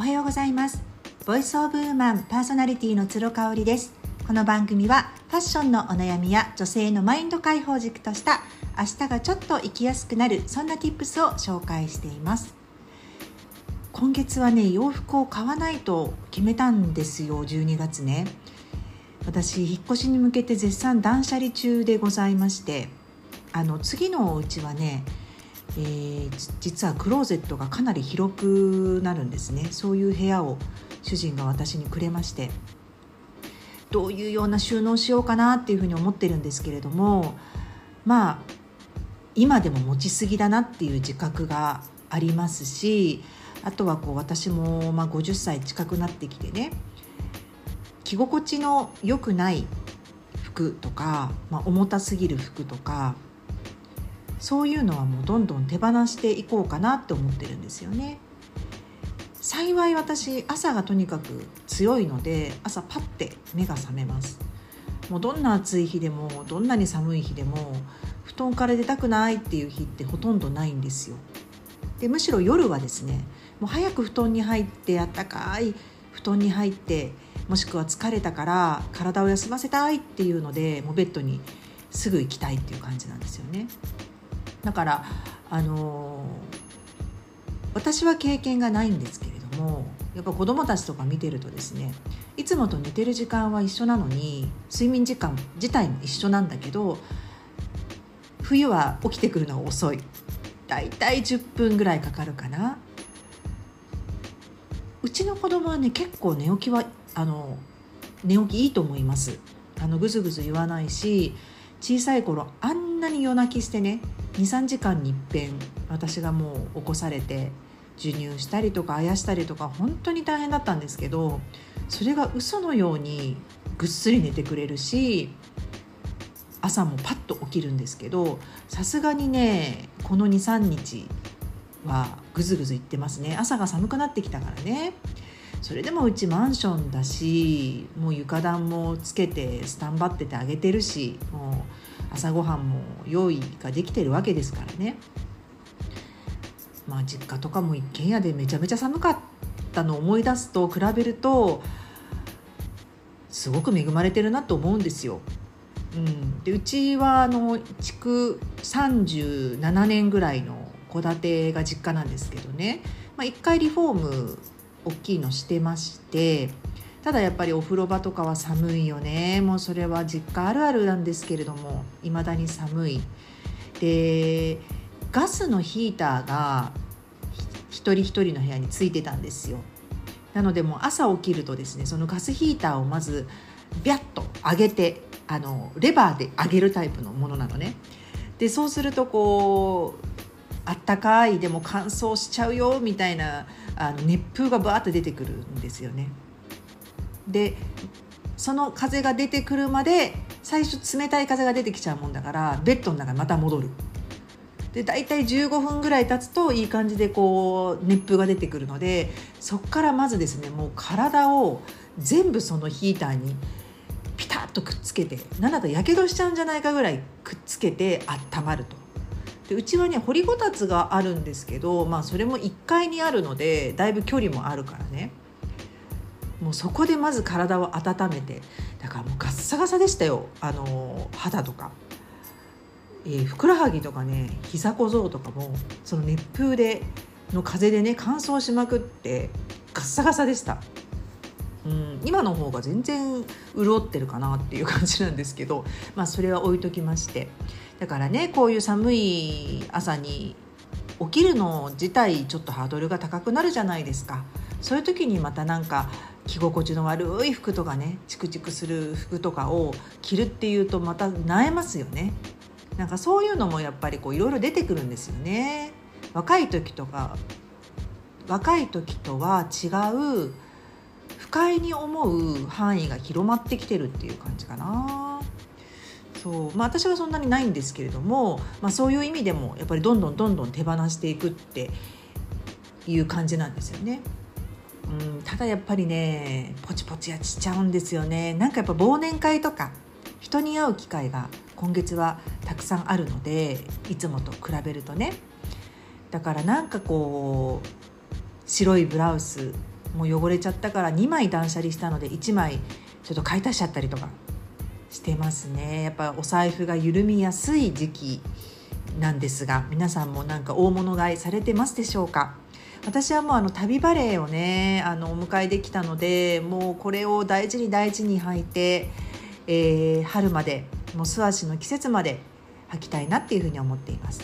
はようございます。ボイスオブウーマンパーソナリティの鶴香織です。この番組はファッションのお悩みや女性のマインド解放軸とした明日がちょっと生きやすくなる、そんな Tips を紹介しています。今月はね、洋服を買わないと決めたんですよ。12月ね、私引っ越しに向けて絶賛断捨離中でございまして、次のお家はね、実はクローゼットがかなり広くなるんですね。そういう部屋を主人が私にくれまして、どういうような収納しようかなっていうふうに思ってるんですけれども、今でも持ちすぎだなっていう自覚がありますし、あとは私も50歳近くなってきてね、着心地の良くない服とか、重たすぎる服とか、そういうのはもうどんどん手放していこうかなって思ってるんですよね。幸い私朝がとにかく強いので、朝パッて目が覚めます。もうどんな暑い日でもどんなに寒い日でも布団から出たくないっていう日ってほとんどないんですよ。でむしろ夜はですね、もう早く布団に入って、あったかい布団に入って、もしくは疲れたから体を休ませたいっていうので、もうベッドにすぐ行きたいっていう感じなんですよね。だから私は経験がないんですけれども、やっぱ子どもたちとか見てるとですね、いつもと寝てる時間は一緒なのに、睡眠時間自体も一緒なんだけど、冬は起きてくるのが遅い。だいたい10分ぐらいかかるかな。うちの子供はね、結構寝起きは寝起きいいと思います。ぐずぐず言わないし、小さい頃あんなに夜泣きしてね、 2,3 時間に一遍私がもう起こされて授乳したりとかあやしたりとか、本当に大変だったんですけど、それが嘘のようにぐっすり寝てくれるし、朝もパッと起きるんですけど、さすがにね、この 2,3 日はぐずぐず言ってますね。朝が寒くなってきたからね。それでもうちマンションだし、もう床暖もつけてスタンバっててあげてるし、もう朝ごはんも用意ができてるわけですからね。実家とかも一軒家でめちゃめちゃ寒かったのを思い出すと、比べるとすごく恵まれてるなと思うんですよ。でうちは築37年ぐらいの戸建てが実家なんですけどね、1回リフォーム大きいのしてまして、ただやっぱりお風呂場とかは寒いよね。もうそれは実家あるあるなんですけれども、未だに寒い。でガスのヒーターが一人一人の部屋についてたんですよ。なのでもう朝起きるとですね、そのガスヒーターをまずビャッと上げて、レバーで上げるタイプのものなのね。でそうするとあったかい、でも乾燥しちゃうよみたいな熱風がバーッと出てくるんですよね。でその風が出てくるまで、最初冷たい風が出てきちゃうもんだから、ベッドの中にまた戻る。でだいたい15分ぐらい経つといい感じで熱風が出てくるので、そこからまずですね、もう体を全部そのヒーターにピタッとくっつけて、なんだったらやけどしちゃうんじゃないかぐらいくっつけて温まると。でうちはね、掘りごたつがあるんですけど、それも1階にあるのでだいぶ距離もあるからね、もうそこでまず体を温めて、だからもうガッサガサでしたよ。肌とか、ふくらはぎとかね、膝小僧とかもその熱風の風でね、乾燥しまくってガッサガサでした。今の方が全然潤ってるかなっていう感じなんですけど、それは置いときまして、だからね、こういう寒い朝に起きるの自体ちょっとハードルが高くなるじゃないですか。そういう時にまたなんか着心地の悪い服とかね、チクチクする服とかを着るっていうとまた萎えますよね。なんかそういうのもやっぱりいろいろ出てくるんですよね。若い時とは違う不快に思う範囲が広まってきてるっていう感じかな。私はそんなにないんですけれども、そういう意味でもやっぱりどんどん手放していくっていう感じなんですよね。ただやっぱりね、ポチポチやっちゃうんですよね。なんかやっぱ忘年会とか人に会う機会が今月はたくさんあるので、いつもと比べるとね、だからなんか白いブラウスもう汚れちゃったから2枚断捨離したので1枚ちょっと買い足しちゃったりとかしてますね。やっぱお財布が緩みやすい時期なんですが、皆さんもなんか大物買いされてますでしょうか。私はもう旅バレーをねお迎えできたので、もうこれを大事に大事に履いて、春までもう素足の季節まで履きたいなっていうふうに思っています。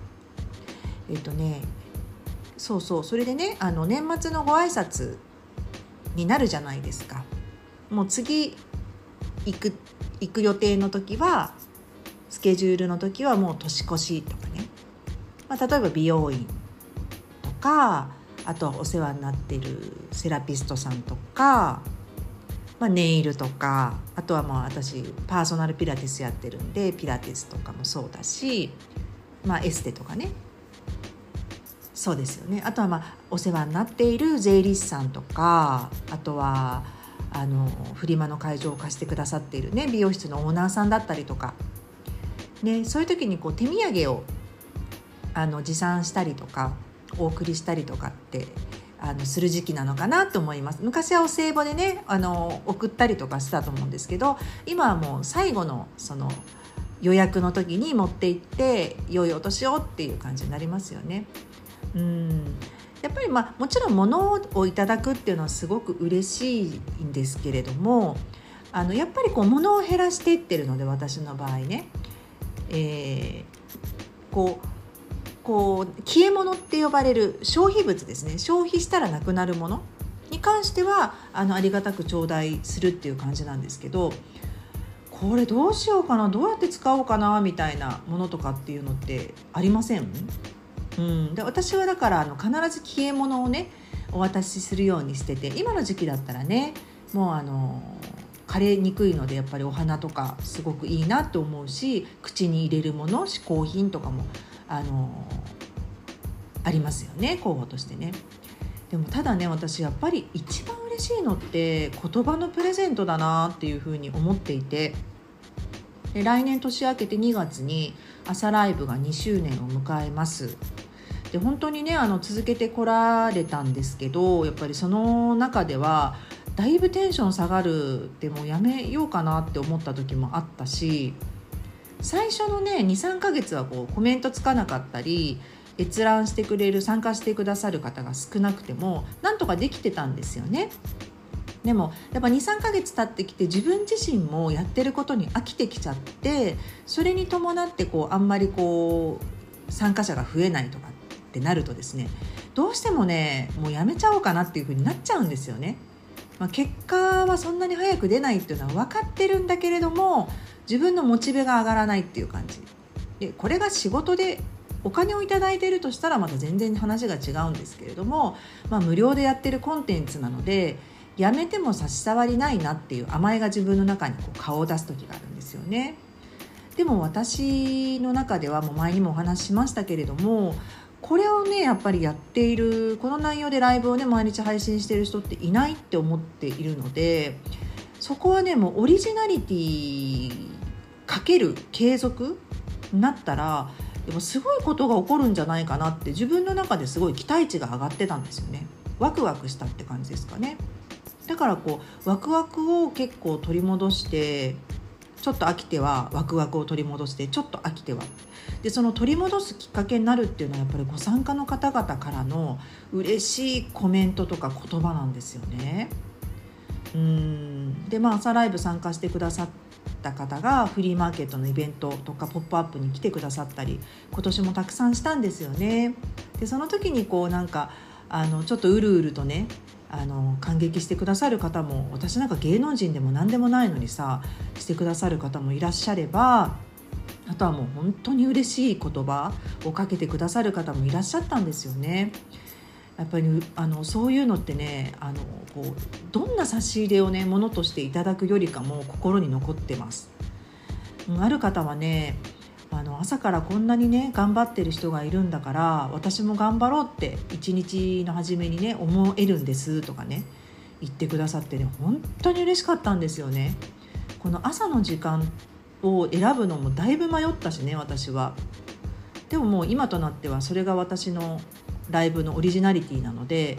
それでね年末のご挨拶になるじゃないですか。もう次行く予定の時は、スケジュールの時はもう年越しとかね、例えば美容院とか、あとはお世話になっているセラピストさんとか、ネイルとか、あとは私パーソナルピラティスやってるんでピラティスとかもそうだし、エステとかね、そうですよね。あとはお世話になっている税理士さんとか、あとはフリマの会場を貸してくださっているね美容室のオーナーさんだったりとかね、そういう時に手土産を持参したりとかお送りしたりとかってする時期なのかなと思います。昔はお歳暮でね送ったりとかしたと思うんですけど、今はもう最後のその予約の時に持って行って良いお年をっていう感じになりますよね。やっぱりもちろん物をいただくっていうのはすごく嬉しいんですけれども、やっぱり物を減らしていってるので、私の場合ね、消え物って呼ばれる消費物ですね、消費したらなくなるものに関してはありがたく頂戴するっていう感じなんですけど、これどうしようかな、どうやって使おうかなみたいなものとかっていうのってありません？で私はだから必ず消え物をねお渡しするようにしてて、今の時期だったらねもう枯れにくいのでやっぱりお花とかすごくいいなと思うし、口に入れるもの、嗜好品とかもありますよね、候補としてね。でもただね、私やっぱり一番嬉しいのって言葉のプレゼントだなっていうふうに思っていて、で来年年明けて2月に朝ライブが2周年を迎えます。で本当にね続けてこられたんですけど、やっぱりその中ではだいぶテンション下がるってもうやめようかなって思った時もあったし、最初のね 2,3 ヶ月はコメントつかなかったり閲覧してくれる参加してくださる方が少なくてもなんとかできてたんですよね。でもやっぱ 2,3 ヶ月経ってきて自分自身もやってることに飽きてきちゃって、それに伴ってあんまり参加者が増えないとかってなるとですね、どうしてもねもうやめちゃおうかなっていう風になっちゃうんですよね。結果はそんなに早く出ないっていうのは分かってるんだけれども、自分のモチベが上がらないっていう感じで、これが仕事でお金をいただいているとしたらまた全然話が違うんですけれども、無料でやってるコンテンツなのでやめても差し障りないなっていう甘えが自分の中に顔を出す時があるんですよね。でも私の中ではもう前にもお話ししましたけれども、これをねやっぱりやっている、この内容でライブをね毎日配信している人っていないって思っているので、そこはねもうオリジナリティかける継続になったらでもすごいことが起こるんじゃないかなって自分の中ですごい期待値が上がってたんですよね。ワクワクしたって感じですかね。だからワクワクを結構取り戻して、ちょっと飽きてはワクワクを取り戻して、ちょっと飽きてはで、その取り戻すきっかけになるっていうのはやっぱりご参加の方々からの嬉しいコメントとか言葉なんですよね。で朝ライブ参加してくださった方がフリーマーケットのイベントとかポップアップに来てくださったり今年もたくさんしたんですよね。でその時にちょっとうるうるとね感激してくださる方も、私なんか芸能人でも何でもないのにさしてくださる方もいらっしゃれば、あとはもう本当に嬉しい言葉をかけてくださる方もいらっしゃったんですよね。やっぱりそういうのってねどんな差し入れをねものとしていただくよりかも心に残ってます。ある方はね朝からこんなにね頑張ってる人がいるんだから私も頑張ろうって一日の初めにね思えるんですとかね言ってくださってね、本当に嬉しかったんですよね。この朝の時間を選ぶのもだいぶ迷ったしね、私は。でももう今となってはそれが私のライブのオリジナリティなので、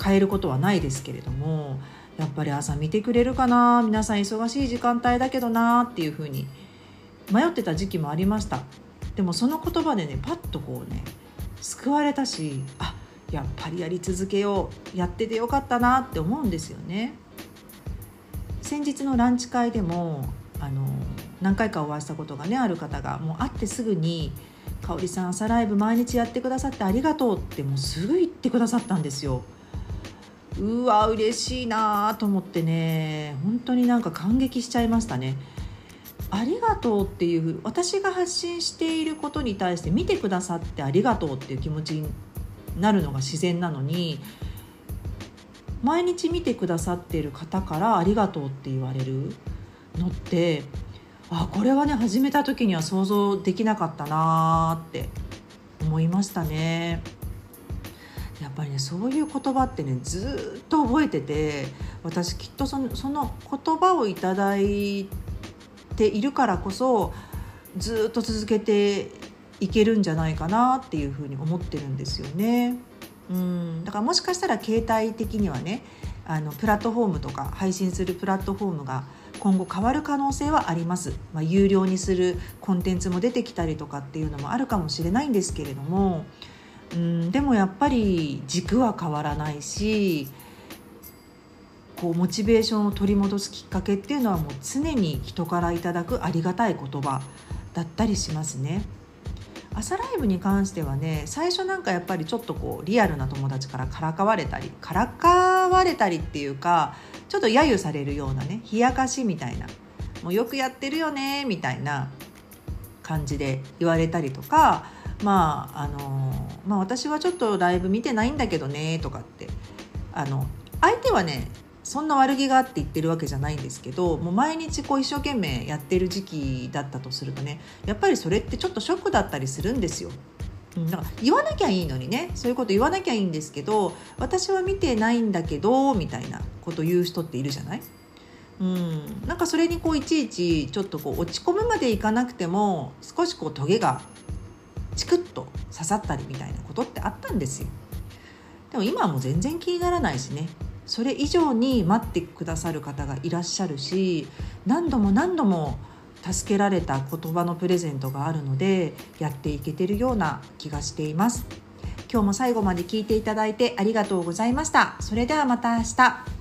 変えることはないですけれども、やっぱり朝見てくれるかな、皆さん忙しい時間帯だけどなっていうふうに迷ってた時期もありました。でもその言葉でねパッとこうね救われたし、やっぱりやり続けよう、やっててよかったなって思うんですよね。先日のランチ会でも何回かお会いしたことがねある方が、もう会ってすぐに香織さん朝ライブ毎日やってくださってありがとうってもうすぐ言ってくださったんですよ。うわ嬉しいなと思ってね、本当になんか感激しちゃいましたね。ありがとうっていう、私が発信していることに対して見てくださってありがとうっていう気持ちになるのが自然なのに、毎日見てくださっている方からありがとうって言われるのって、これはね始めた時には想像できなかったなって思いましたね。やっぱりねそういう言葉ってねずっと覚えてて、私きっとその言葉をいただいているからこそずっと続けていけるんじゃないかなっていうふうに思ってるんですよね。だからもしかしたら携帯的にはねプラットフォームとか配信するプラットフォームが今後変わる可能性はあります。有料にするコンテンツも出てきたりとかっていうのもあるかもしれないんですけれども、でもやっぱり軸は変わらないし、こうモチベーションを取り戻すきっかけっていうのはもう常に人からいただくありがたい言葉だったりしますね。朝ライブに関してはね、最初なんかやっぱりちょっとこうリアルな友達からからかわれたりっていうか、ちょっと揶揄されるようなね、冷やかしみたいな、もうよくやってるよねみたいな感じで言われたりとか、私はちょっとライブ見てないんだけどねとかって、相手はねそんな悪気があって言ってるわけじゃないんですけど、もう毎日こう一生懸命やってる時期だったとするとね、やっぱりそれってちょっとショックだったりするんですよ。だから言わなきゃいいのにね、そういうこと言わなきゃいいんですけど、私は見てないんだけどみたいなこと言う人っているじゃない。なんかそれにこういちいちちょっとこう落ち込むまでいかなくても、少しこうトゲがチクッと刺さったりみたいなことってあったんですよ。でも今はもう全然気にならないしね、それ以上に待ってくださる方がいらっしゃるし、何度も助けられた言葉のプレゼントがあるので、やっていけてるような気がしています。今日も最後まで聞いていただいてありがとうございました。それではまた明日。